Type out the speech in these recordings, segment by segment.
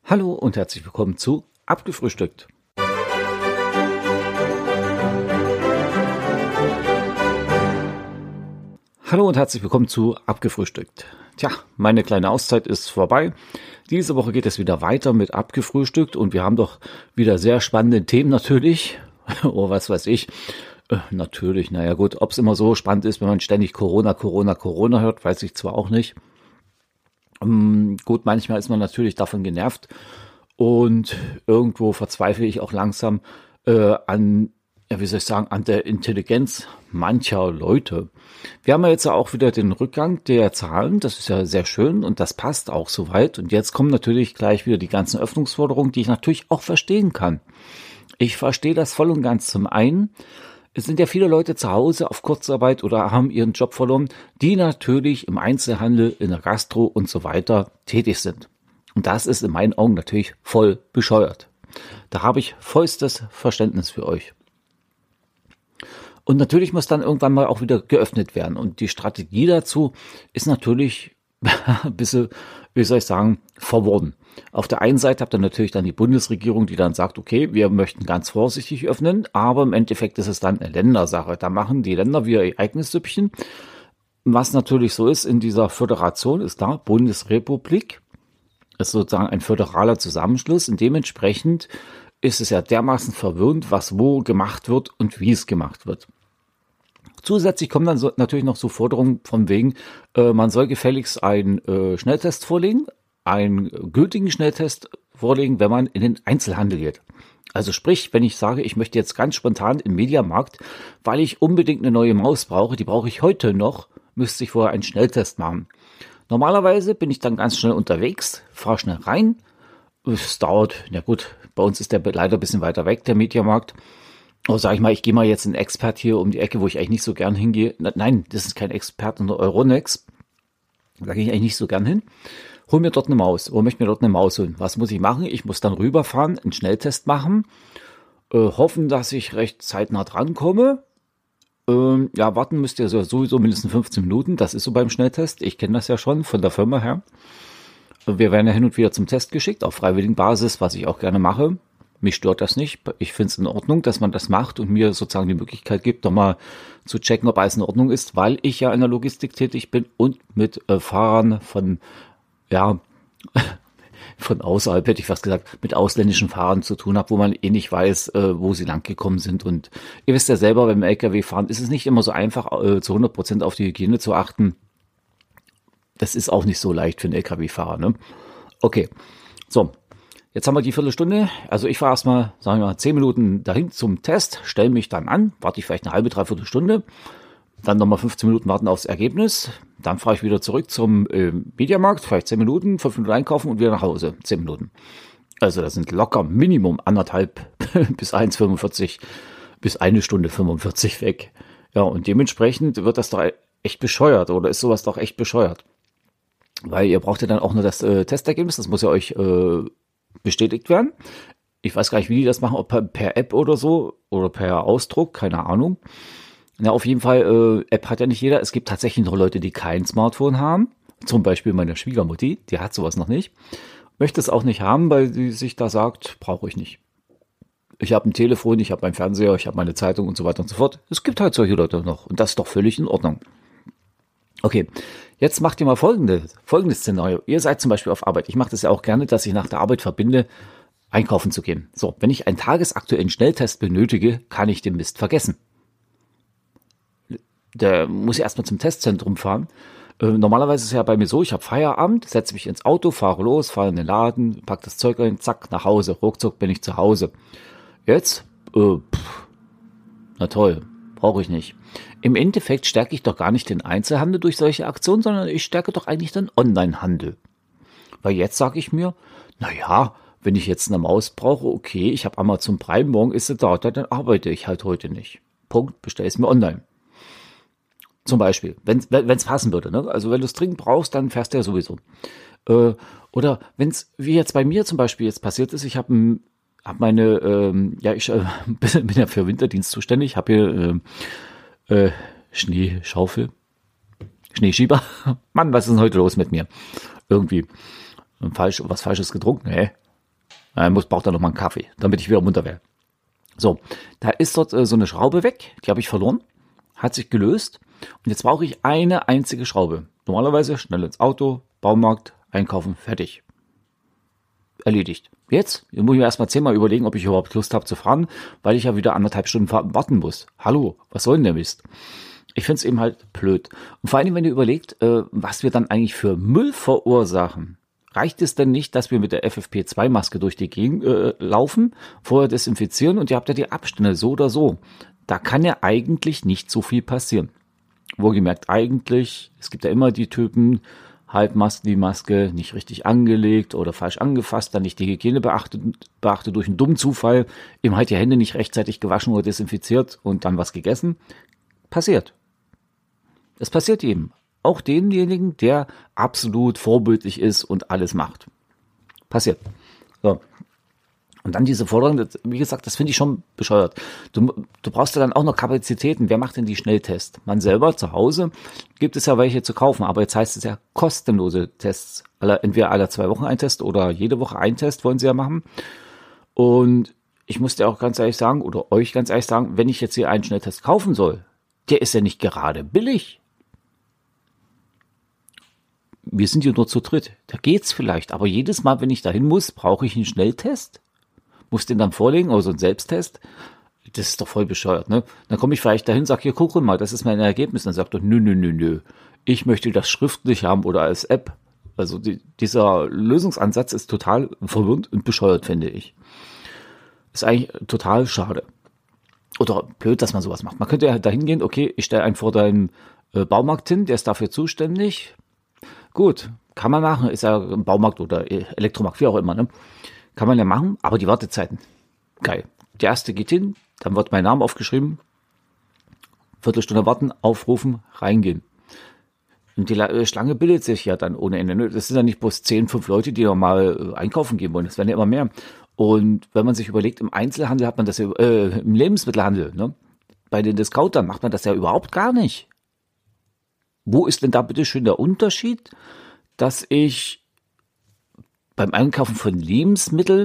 Hallo und herzlich willkommen zu Abgefrühstückt. Hallo und herzlich willkommen zu Abgefrühstückt. Tja, meine kleine Auszeit ist vorbei. Diese Woche geht es wieder weiter mit Abgefrühstückt und wir haben doch wieder sehr spannende Themen natürlich. Oh, was weiß ich. Natürlich, naja gut, ob es immer so spannend ist, wenn man ständig Corona hört, weiß ich zwar auch nicht. Gut, manchmal ist man natürlich davon genervt und irgendwo verzweifle ich auch langsam an der Intelligenz mancher Leute. Wir haben ja jetzt auch wieder den Rückgang der Zahlen, das ist ja sehr schön und das passt auch soweit. Und jetzt kommen natürlich gleich wieder die ganzen Öffnungsforderungen, die ich natürlich auch verstehen kann. Ich verstehe das voll und ganz. Zum einen, es sind ja viele Leute zu Hause auf Kurzarbeit oder haben ihren Job verloren, die natürlich im Einzelhandel, in der Gastro und so weiter tätig sind. Und das ist in meinen Augen natürlich voll bescheuert. Da habe ich vollstes Verständnis für euch. Und natürlich muss dann irgendwann mal auch wieder geöffnet werden. Und die Strategie dazu ist natürlich ein bisschen, verworren. Auf der einen Seite habt ihr natürlich dann die Bundesregierung, die dann sagt, okay, wir möchten ganz vorsichtig öffnen, aber im Endeffekt ist es dann eine Ländersache. Da machen die Länder wieder ihr eigenes Süppchen. Was natürlich so ist in dieser Föderation, ist da Bundesrepublik, ist sozusagen ein föderaler Zusammenschluss und dementsprechend ist es ja dermaßen verwirrend, was wo gemacht wird und wie es gemacht wird. Zusätzlich kommen dann natürlich noch so Forderungen von wegen, man soll gefälligst einen Schnelltest vorlegen, einen gültigen Schnelltest vorlegen, wenn man in den Einzelhandel geht. Also sprich, wenn ich sage, ich möchte jetzt ganz spontan im Mediamarkt, weil ich unbedingt eine neue Maus brauche, die brauche ich heute noch, müsste ich vorher einen Schnelltest machen. Normalerweise bin ich dann ganz schnell unterwegs, fahre schnell rein. Es dauert, ja gut, bei uns ist der leider ein bisschen weiter weg, der Mediamarkt. Aber sag ich mal, ich gehe mal jetzt in Expert hier um die Ecke, wo ich eigentlich nicht so gern hingehe. Nein, das ist kein Expert in der Euronext. Da gehe ich eigentlich nicht so gern hin. Hol mir dort eine Maus oder möchte mir dort eine Maus holen. Was muss ich machen? Ich muss dann rüberfahren, einen Schnelltest machen, hoffen, dass ich recht zeitnah drankomme. Warten müsst ihr sowieso mindestens 15 Minuten. Das ist so beim Schnelltest. Ich kenne das ja schon von der Firma her. Wir werden ja hin und wieder zum Test geschickt, auf freiwilligen Basis, was ich auch gerne mache. Mich stört das nicht. Ich finde es in Ordnung, dass man das macht und mir sozusagen die Möglichkeit gibt, doch mal zu checken, ob alles in Ordnung ist, weil ich ja in der Logistik tätig bin und mit Fahrern von außerhalb, hätte ich fast gesagt, mit ausländischen Fahrern zu tun habe, wo man eh nicht weiß, wo sie lang gekommen sind. Und ihr wisst ja selber, beim LKW-Fahren ist es nicht immer so einfach, zu 100% auf die Hygiene zu achten. Das ist auch nicht so leicht für einen LKW-Fahrer, ne? Okay, so. Jetzt haben wir die Viertelstunde. Also ich fahre erstmal, 10 Minuten dahin zum Test, stelle mich dann an, warte ich vielleicht eine halbe, dreiviertel Stunde, dann nochmal 15 Minuten warten aufs Ergebnis, dann fahre ich wieder zurück zum Mediamarkt, vielleicht 10 Minuten, 5 Minuten einkaufen und wieder nach Hause, 10 Minuten. Also das sind locker Minimum 1,5 bis 1,45 bis 1 Stunde 45 weg. Ja, und dementsprechend wird das doch echt bescheuert oder ist sowas doch echt bescheuert. Weil ihr braucht ja dann auch nur das Testergebnis, das muss ja euch bestätigt werden. Ich weiß gar nicht, wie die das machen, ob per App oder so oder per Ausdruck, keine Ahnung. Na, auf jeden Fall, App hat ja nicht jeder. Es gibt tatsächlich noch Leute, die kein Smartphone haben. Zum Beispiel meine Schwiegermutti, die hat sowas noch nicht. Möchte es auch nicht haben, weil sie sich da sagt, brauche ich nicht. Ich habe ein Telefon, ich habe meinen Fernseher, ich habe meine Zeitung und so weiter und so fort. Es gibt halt solche Leute noch und das ist doch völlig in Ordnung. Okay, jetzt macht ihr mal folgendes Szenario. Ihr seid zum Beispiel auf Arbeit. Ich mache das ja auch gerne, dass ich nach der Arbeit verbinde, einkaufen zu gehen. So, wenn ich einen tagesaktuellen Schnelltest benötige, kann ich den Mist vergessen. Da muss ich erstmal zum Testzentrum fahren. Normalerweise ist es ja bei mir so, ich habe Feierabend, setze mich ins Auto, fahre los, fahre in den Laden, pack das Zeug rein, zack, nach Hause. Ruckzuck bin ich zu Hause. Jetzt, na toll, brauche ich nicht. Im Endeffekt stärke ich doch gar nicht den Einzelhandel durch solche Aktionen, sondern ich stärke doch eigentlich den Onlinehandel. Weil jetzt sage ich mir, naja, wenn ich jetzt eine Maus brauche, okay, ich habe Amazon Prime, morgen ist sie da, dann arbeite ich halt heute nicht. Punkt, bestell es mir online. Zum Beispiel, wenn es passen würde. Ne? Also wenn du es dringend brauchst, dann fährst du ja sowieso. Oder wenn es, wie jetzt bei mir zum Beispiel jetzt passiert ist, ich habe bin ja für Winterdienst zuständig, habe hier Schneeschaufel, Schneeschieber. Mann, was ist denn heute los mit mir? Irgendwie was Falsches getrunken, Braucht dann noch mal einen Kaffee, damit ich wieder munter werde. So, da ist dort so eine Schraube weg, die habe ich verloren, hat sich gelöst und jetzt brauche ich eine einzige Schraube. Normalerweise schnell ins Auto, Baumarkt, einkaufen, fertig. Erledigt. Jetzt muss ich mir erstmal 10-mal überlegen, ob ich überhaupt Lust habe zu fahren, weil ich ja wieder 1,5 Stunden warten muss. Hallo, was soll denn der Mist? Ich finde es eben halt blöd. Und vor allem, wenn ihr überlegt, was wir dann eigentlich für Müll verursachen. Reicht es denn nicht, dass wir mit der FFP2-Maske durch die Gegend laufen, vorher desinfizieren und ihr habt ja die Abstände so oder so. Da kann ja eigentlich nicht so viel passieren. Wohlgemerkt eigentlich, es gibt ja immer die Typen, Halbmaske, die Maske nicht richtig angelegt oder falsch angefasst, dann nicht die Hygiene beachtet durch einen dummen Zufall, eben halt die Hände nicht rechtzeitig gewaschen oder desinfiziert und dann was gegessen. Passiert. Es passiert jedem. Auch demjenigen, der absolut vorbildlich ist und alles macht. Passiert. So. Und dann diese Forderung, wie gesagt, das finde ich schon bescheuert. Du brauchst ja dann auch noch Kapazitäten. Wer macht denn die Schnelltests? Man selber zu Hause gibt es ja welche zu kaufen, aber jetzt heißt es ja kostenlose Tests. Entweder alle 2 Wochen ein Test oder jede Woche ein Test wollen sie ja machen. Und ich muss dir auch ganz ehrlich sagen, oder euch ganz ehrlich sagen, wenn ich jetzt hier einen Schnelltest kaufen soll, der ist ja nicht gerade billig. Wir sind hier nur zu dritt. Da geht's vielleicht. Aber jedes Mal, wenn ich dahin muss, brauche ich einen Schnelltest. Muss den dann vorlegen oder so einen Selbsttest. Das ist doch voll bescheuert, ne? Dann komme ich vielleicht dahin, sag hier, guck mal, das ist mein Ergebnis. Dann sagt er, nö. Ich möchte das schriftlich haben oder als App. Also dieser Lösungsansatz ist total verwirrend und bescheuert, finde ich. Ist eigentlich total schade. Oder blöd, dass man sowas macht. Man könnte ja dahin gehen, okay, ich stelle einen vor deinem Baumarkt hin, der ist dafür zuständig. Gut, kann man machen, ist ja ein Baumarkt oder Elektromarkt, wie auch immer, ne? Kann man ja machen, aber die Wartezeiten, geil. Der erste geht hin, dann wird mein Name aufgeschrieben, Viertelstunde warten, aufrufen, reingehen. Und die Schlange bildet sich ja dann ohne Ende, ne? Das sind ja nicht bloß 5 Leute, die normal einkaufen gehen wollen, das werden ja immer mehr. Und wenn man sich überlegt, im Einzelhandel hat man das ja, im Lebensmittelhandel, ne? Bei den Discountern macht man das ja überhaupt gar nicht. Wo ist denn da bitte schön der Unterschied, dass ich beim Einkaufen von Lebensmitteln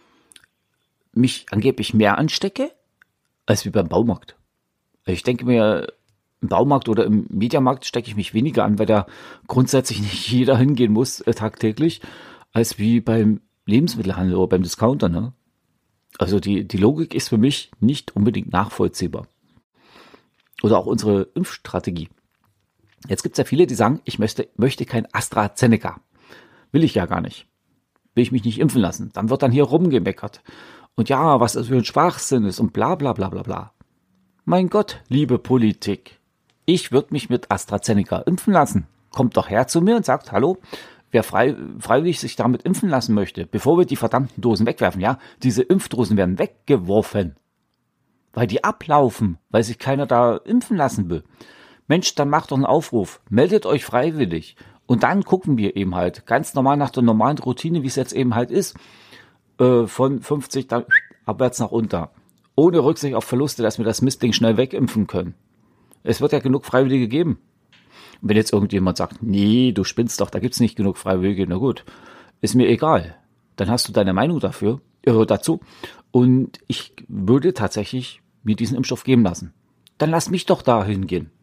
mich angeblich mehr anstecke, als wie beim Baumarkt? Ich denke mir, im Baumarkt oder im Mediamarkt stecke ich mich weniger an, weil da grundsätzlich nicht jeder hingehen muss tagtäglich, als wie beim Lebensmittelhandel oder beim Discounter, ne? Also die Logik ist für mich nicht unbedingt nachvollziehbar. Oder auch unsere Impfstrategie. Jetzt gibt es ja viele, die sagen, ich möchte kein AstraZeneca. Will ich ja gar nicht. Will ich mich nicht impfen lassen. Dann wird dann hier rumgemeckert. Und ja, was das für ein Schwachsinn ist und bla bla bla bla bla. Mein Gott, liebe Politik. Ich würde mich mit AstraZeneca impfen lassen. Kommt doch her zu mir und sagt, hallo, wer freiwillig sich damit impfen lassen möchte, bevor wir die verdammten Dosen wegwerfen. Ja, diese Impfdosen werden weggeworfen. Weil die ablaufen, weil sich keiner da impfen lassen will. Mensch, dann macht doch einen Aufruf, meldet euch freiwillig und dann gucken wir eben halt ganz normal nach der normalen Routine, wie es jetzt eben halt ist, von 50 dann abwärts nach unten, ohne Rücksicht auf Verluste, dass wir das Mistding schnell wegimpfen können. Es wird ja genug Freiwillige geben. Und wenn jetzt irgendjemand sagt, nee, du spinnst doch, da gibt's nicht genug Freiwillige, na gut, ist mir egal. Dann hast du deine Meinung dazu und ich würde tatsächlich mir diesen Impfstoff geben lassen. Dann lass mich doch da hingehen.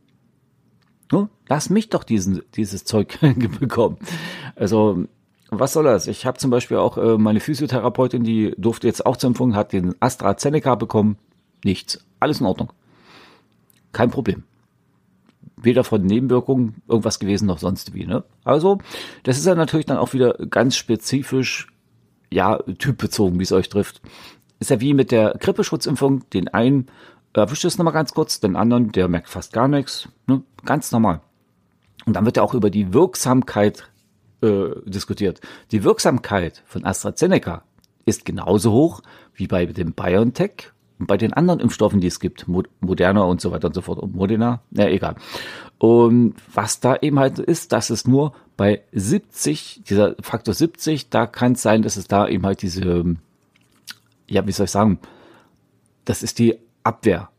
Lass mich doch dieses Zeug bekommen. Also, was soll das? Ich habe zum Beispiel auch meine Physiotherapeutin, die durfte jetzt auch zur Impfung, hat den AstraZeneca bekommen. Nichts. Alles in Ordnung. Kein Problem. Weder von Nebenwirkungen irgendwas gewesen noch sonst wie, ne? Also, das ist ja natürlich dann auch wieder ganz spezifisch, ja, typbezogen, wie es euch trifft. Ist ja wie mit der Grippeschutzimpfung, den einen erwischt es nochmal ganz kurz, den anderen, der merkt fast gar nichts, ne? Ganz normal. Und dann wird ja auch über die Wirksamkeit diskutiert. Die Wirksamkeit von AstraZeneca ist genauso hoch wie bei dem BioNTech und bei den anderen Impfstoffen, die es gibt, Moderna und so weiter und so fort. Und Modena, egal. Und was da eben halt ist, dass es nur bei 70, dieser Faktor 70, da kann es sein, dass es da eben halt diese, ja, wie soll ich sagen, das ist die Abwehr.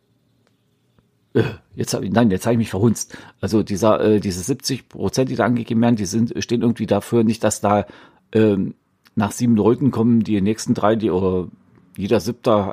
Jetzt habe ich mich verhunzt. Also diese 70%, die da angegeben werden, stehen irgendwie dafür nicht, dass da eine nach 7 Leuten kommen die nächsten 3, oder jeder Siebte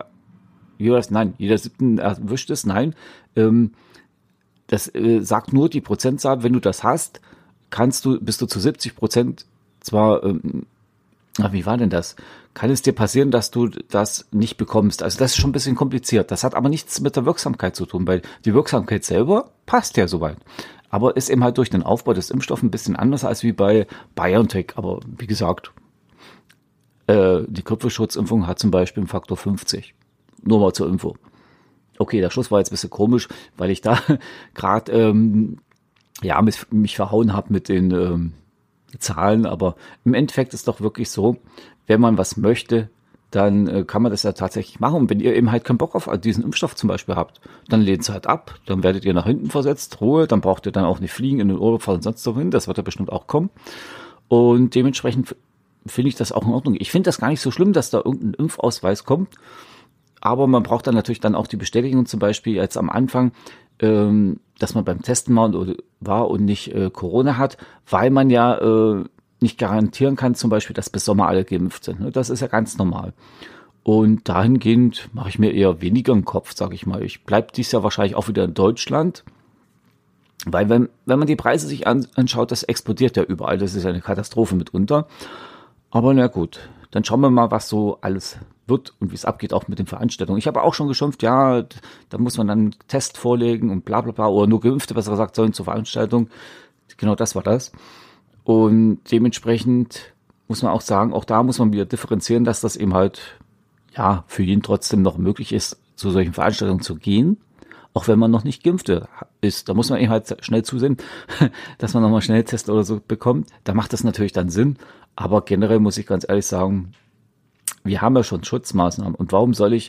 erwischt ist. Nein, das sagt nur die Prozentzahl. Wenn du das hast, bist du zu 70% zwar, wie war denn das? Kann es dir passieren, dass du das nicht bekommst? Also das ist schon ein bisschen kompliziert. Das hat aber nichts mit der Wirksamkeit zu tun, weil die Wirksamkeit selber passt ja soweit. Aber ist eben halt durch den Aufbau des Impfstoffs ein bisschen anders als wie bei BioNTech. Aber wie gesagt, die Grippeschutzimpfung hat zum Beispiel einen Faktor 50. Nur mal zur Info. Okay, der Schluss war jetzt ein bisschen komisch, weil ich da gerade mich verhauen habe mit den Zahlen. Aber im Endeffekt ist doch wirklich so, wenn man was möchte, dann kann man das ja tatsächlich machen. Und wenn ihr eben halt keinen Bock auf diesen Impfstoff zum Beispiel habt, dann lehnt es halt ab. Dann werdet ihr nach hinten versetzt, Ruhe. Dann braucht ihr dann auch nicht fliegen, in den Urlaub fahren und sonst wohin. Das wird ja bestimmt auch kommen. Und dementsprechend finde ich das auch in Ordnung. Ich finde das gar nicht so schlimm, dass da irgendein Impfausweis kommt. Aber man braucht dann natürlich dann auch die Bestätigung, zum Beispiel jetzt am Anfang, dass man beim Testen war und nicht Corona hat, weil man ja nicht garantieren kann, zum Beispiel, dass bis Sommer alle geimpft sind. Das ist ja ganz normal. Und dahingehend mache ich mir eher weniger im Kopf, sage ich mal. Ich bleibe dies Jahr wahrscheinlich auch wieder in Deutschland, weil wenn man die Preise sich anschaut, das explodiert ja überall. Das ist ja eine Katastrophe mitunter. Aber na gut, dann schauen wir mal, was so alles wird und wie es abgeht, auch mit den Veranstaltungen. Ich habe auch schon geschimpft, ja, da muss man dann einen Test vorlegen und bla bla bla, oder nur Geimpfte, besser gesagt, sollen zur Veranstaltung. Genau das war das. Und dementsprechend muss man auch sagen, auch da muss man wieder differenzieren, dass das eben halt, ja, für jeden trotzdem noch möglich ist, zu solchen Veranstaltungen zu gehen, auch wenn man noch nicht geimpft ist. Da muss man eben halt schnell zusehen, dass man nochmal Schnelltest oder so bekommt. Da macht das natürlich dann Sinn. Aber generell muss ich ganz ehrlich sagen, wir haben ja schon Schutzmaßnahmen. Und warum soll ich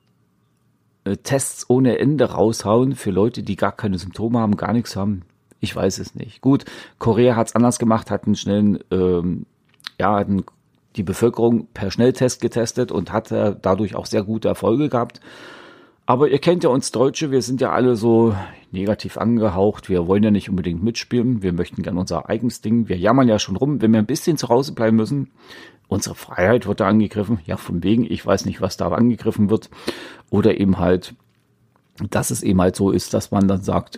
Tests ohne Ende raushauen für Leute, die gar keine Symptome haben, gar nichts haben? Ich weiß es nicht. Gut, Korea hat es anders gemacht, hat einen schnellen, hatten die Bevölkerung per Schnelltest getestet und hat dadurch auch sehr gute Erfolge gehabt. Aber ihr kennt ja uns Deutsche, wir sind ja alle so negativ angehaucht, wir wollen ja nicht unbedingt mitspielen, wir möchten gerne unser eigenes Ding, wir jammern ja schon rum, wenn wir ein bisschen zu Hause bleiben müssen. Unsere Freiheit wird da angegriffen, ja von wegen, ich weiß nicht, was da angegriffen wird. Oder eben halt, dass es eben halt so ist, dass man dann sagt,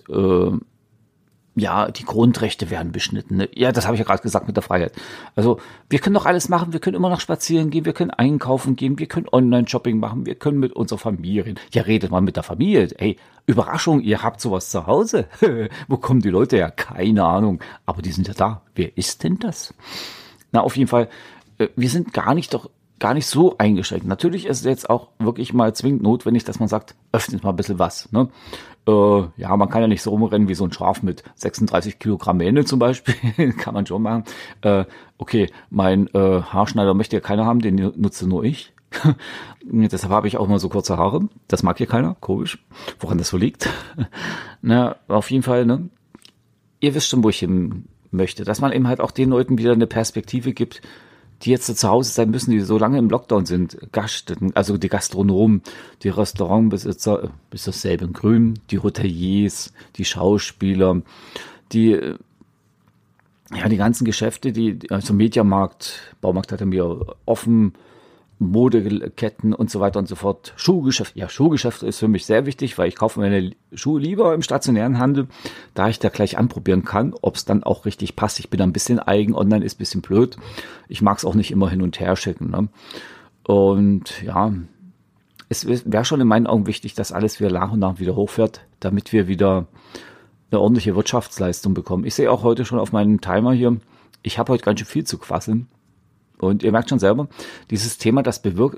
die Grundrechte werden beschnitten. Ne? Ja, das habe ich ja gerade gesagt mit der Freiheit. Also wir können doch alles machen, wir können immer noch spazieren gehen, wir können einkaufen gehen, wir können Online-Shopping machen, wir können mit unserer Familie reden. Ja, redet mal mit der Familie. Ey, Überraschung, ihr habt sowas zu Hause. Wo kommen die Leute her? Keine Ahnung. Aber die sind ja da. Wer ist denn das? Na, auf jeden Fall, wir sind gar nicht so eingeschränkt. Natürlich ist es jetzt auch wirklich mal zwingend notwendig, dass man sagt, öffnet mal ein bisschen was. Ne? Man kann ja nicht so rumrennen wie so ein Schaf mit 36 Kilogramm Mähne zum Beispiel. Kann man schon machen. Okay, mein Haarschneider möchte ja keiner haben, den nutze nur ich. Deshalb habe ich auch mal so kurze Haare. Das mag hier keiner. Komisch. Woran das so liegt. Na, auf jeden Fall, ne? Ihr wisst schon, wo ich hin möchte. Dass man eben halt auch den Leuten wieder eine Perspektive gibt, die jetzt zu Hause sein müssen, die so lange im Lockdown sind, Gaststätten, also die Gastronomen, die Restaurantbesitzer, ist dasselbe in Grün, die Hoteliers, die Schauspieler, die ganzen Geschäfte, also Mediamarkt, Baumarkt hat er mir offen, Modeketten und so weiter und so fort. Schuhgeschäft. Ja, Schuhgeschäft ist für mich sehr wichtig, weil ich kaufe meine Schuhe lieber im stationären Handel, da ich da gleich anprobieren kann, ob es dann auch richtig passt. Ich bin da ein bisschen eigen, online ist ein bisschen blöd. Ich mag es auch nicht immer hin und her schicken. Ne? Und ja, es wäre schon in meinen Augen wichtig, dass alles wieder nach und nach wieder hochfährt, damit wir wieder eine ordentliche Wirtschaftsleistung bekommen. Ich sehe auch heute schon auf meinem Timer hier, ich habe heute ganz schön viel zu quasseln. Und ihr merkt schon selber, dieses Thema, das bewegt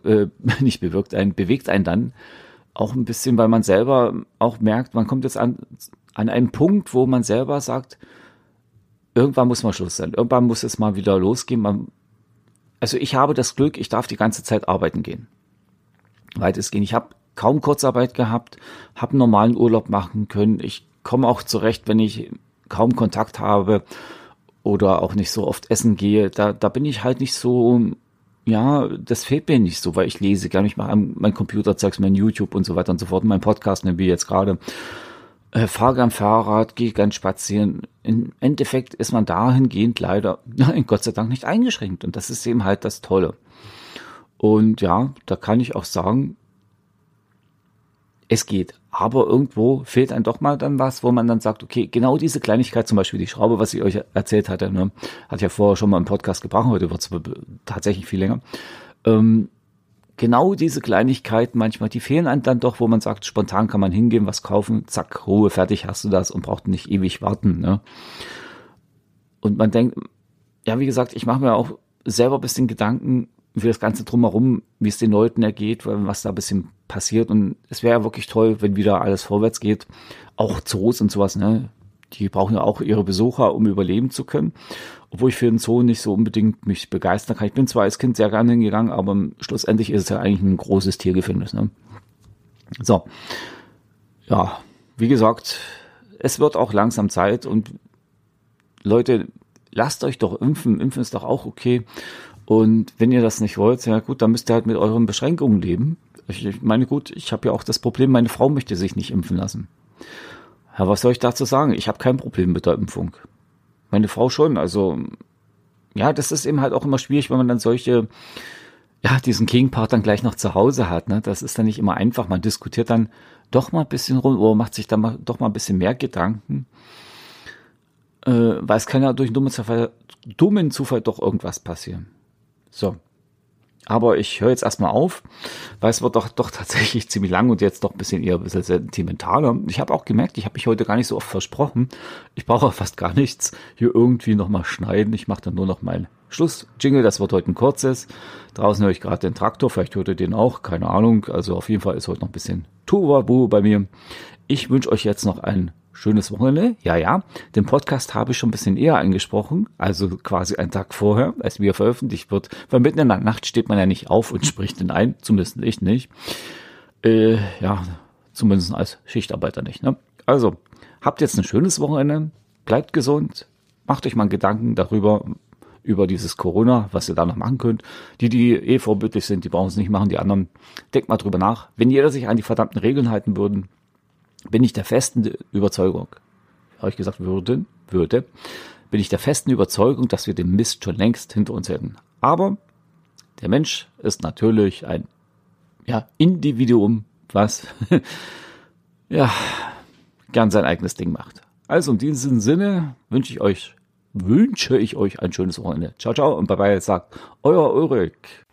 einen dann auch ein bisschen, weil man selber auch merkt, man kommt jetzt an einen Punkt, wo man selber sagt, irgendwann muss mal Schluss sein, irgendwann muss es mal wieder losgehen. Also ich habe das Glück, ich darf die ganze Zeit arbeiten gehen. Weitestgehend. Ich habe kaum Kurzarbeit gehabt, habe einen normalen Urlaub machen können. Ich komme auch zurecht, wenn ich kaum Kontakt habe oder auch nicht so oft essen gehe, da bin ich halt nicht so, ja, das fehlt mir nicht so, weil ich lese gerne, ich mache mein Computerzeugs, mein YouTube und so weiter und so fort, mein Podcast, wie jetzt gerade. fahre gern Fahrrad, gehe gern spazieren. Im Endeffekt ist man dahingehend leider, Gott sei Dank, nicht eingeschränkt. Und das ist eben halt das Tolle. Und ja, da kann ich auch sagen, es geht. Aber irgendwo fehlt einem doch mal dann was, wo man dann sagt, okay, genau diese Kleinigkeit, zum Beispiel die Schraube, was ich euch erzählt hatte, ne, hatte ich ja vorher schon mal im Podcast gebracht, heute wird es tatsächlich viel länger. Genau diese Kleinigkeiten manchmal, die fehlen einem dann doch, wo man sagt, spontan kann man hingehen, was kaufen, zack, Ruhe, fertig, hast du das und braucht nicht ewig warten. Ne? Und man denkt, ja, wie gesagt, ich mache mir auch selber ein bisschen Gedanken für das Ganze drumherum, wie es den Leuten ergeht, was da ein bisschen passiert. Und es wäre ja wirklich toll, wenn wieder alles vorwärts geht. Auch Zoos und sowas, ne? Die brauchen ja auch ihre Besucher, um überleben zu können. Obwohl ich für den Zoo nicht so unbedingt mich begeistern kann. Ich bin zwar als Kind sehr gerne hingegangen, aber schlussendlich ist es ja eigentlich ein großes Tiergefängnis. Ne? So, ja, wie gesagt, es wird auch langsam Zeit und Leute, lasst euch doch impfen. Impfen ist doch auch okay. Und wenn ihr das nicht wollt, ja gut, dann müsst ihr halt mit euren Beschränkungen leben. Ich meine, gut, ich habe ja auch das Problem, meine Frau möchte sich nicht impfen lassen. Ja, was soll ich dazu sagen? Ich habe kein Problem mit der Impfung. Meine Frau schon, also ja, das ist eben halt auch immer schwierig, wenn man dann solche, ja, diesen Gegenpart dann gleich noch zu Hause hat, ne? Das ist dann nicht immer einfach. Man diskutiert dann doch mal ein bisschen rum oder macht sich dann doch mal ein bisschen mehr Gedanken, weil es kann ja durch einen dummen Zufall doch irgendwas passieren. So. Aber ich höre jetzt erstmal auf, weil es wird doch tatsächlich ziemlich lang und jetzt doch ein bisschen sentimentaler. Ich habe auch gemerkt, ich habe mich heute gar nicht so oft versprochen. Ich brauche auch fast gar nichts hier irgendwie nochmal schneiden. Ich mache dann nur noch meinen Schluss-Jingle. Das wird heute ein kurzes. Draußen höre ich gerade den Traktor, vielleicht hört ihr den auch, keine Ahnung. Also auf jeden Fall ist heute noch ein bisschen Tuvabu bei mir. Ich wünsche euch jetzt noch ein schönes Wochenende. Ja, den Podcast habe ich schon ein bisschen eher angesprochen, also quasi einen Tag vorher, als wir veröffentlicht wird. Weil mitten in der Nacht steht man ja nicht auf und spricht den ein, zumindest ich nicht. Ja, zumindest als Schichtarbeiter nicht. Ne? Also, habt jetzt ein schönes Wochenende, bleibt gesund, macht euch mal Gedanken darüber, über dieses Corona, was ihr da noch machen könnt. Die vorbildlich sind, die brauchen es nicht machen, die anderen, denkt mal drüber nach. Wenn jeder sich an die verdammten Regeln halten würde, bin ich der festen Überzeugung, habe ich gesagt würde, bin ich der festen Überzeugung, dass wir den Mist schon längst hinter uns hätten. Aber der Mensch ist natürlich ein Individuum, was ja gern sein eigenes Ding macht. Also in diesem Sinne wünsche ich euch ein schönes Wochenende. Ciao, ciao und bye bye, sagt euer Ulrich.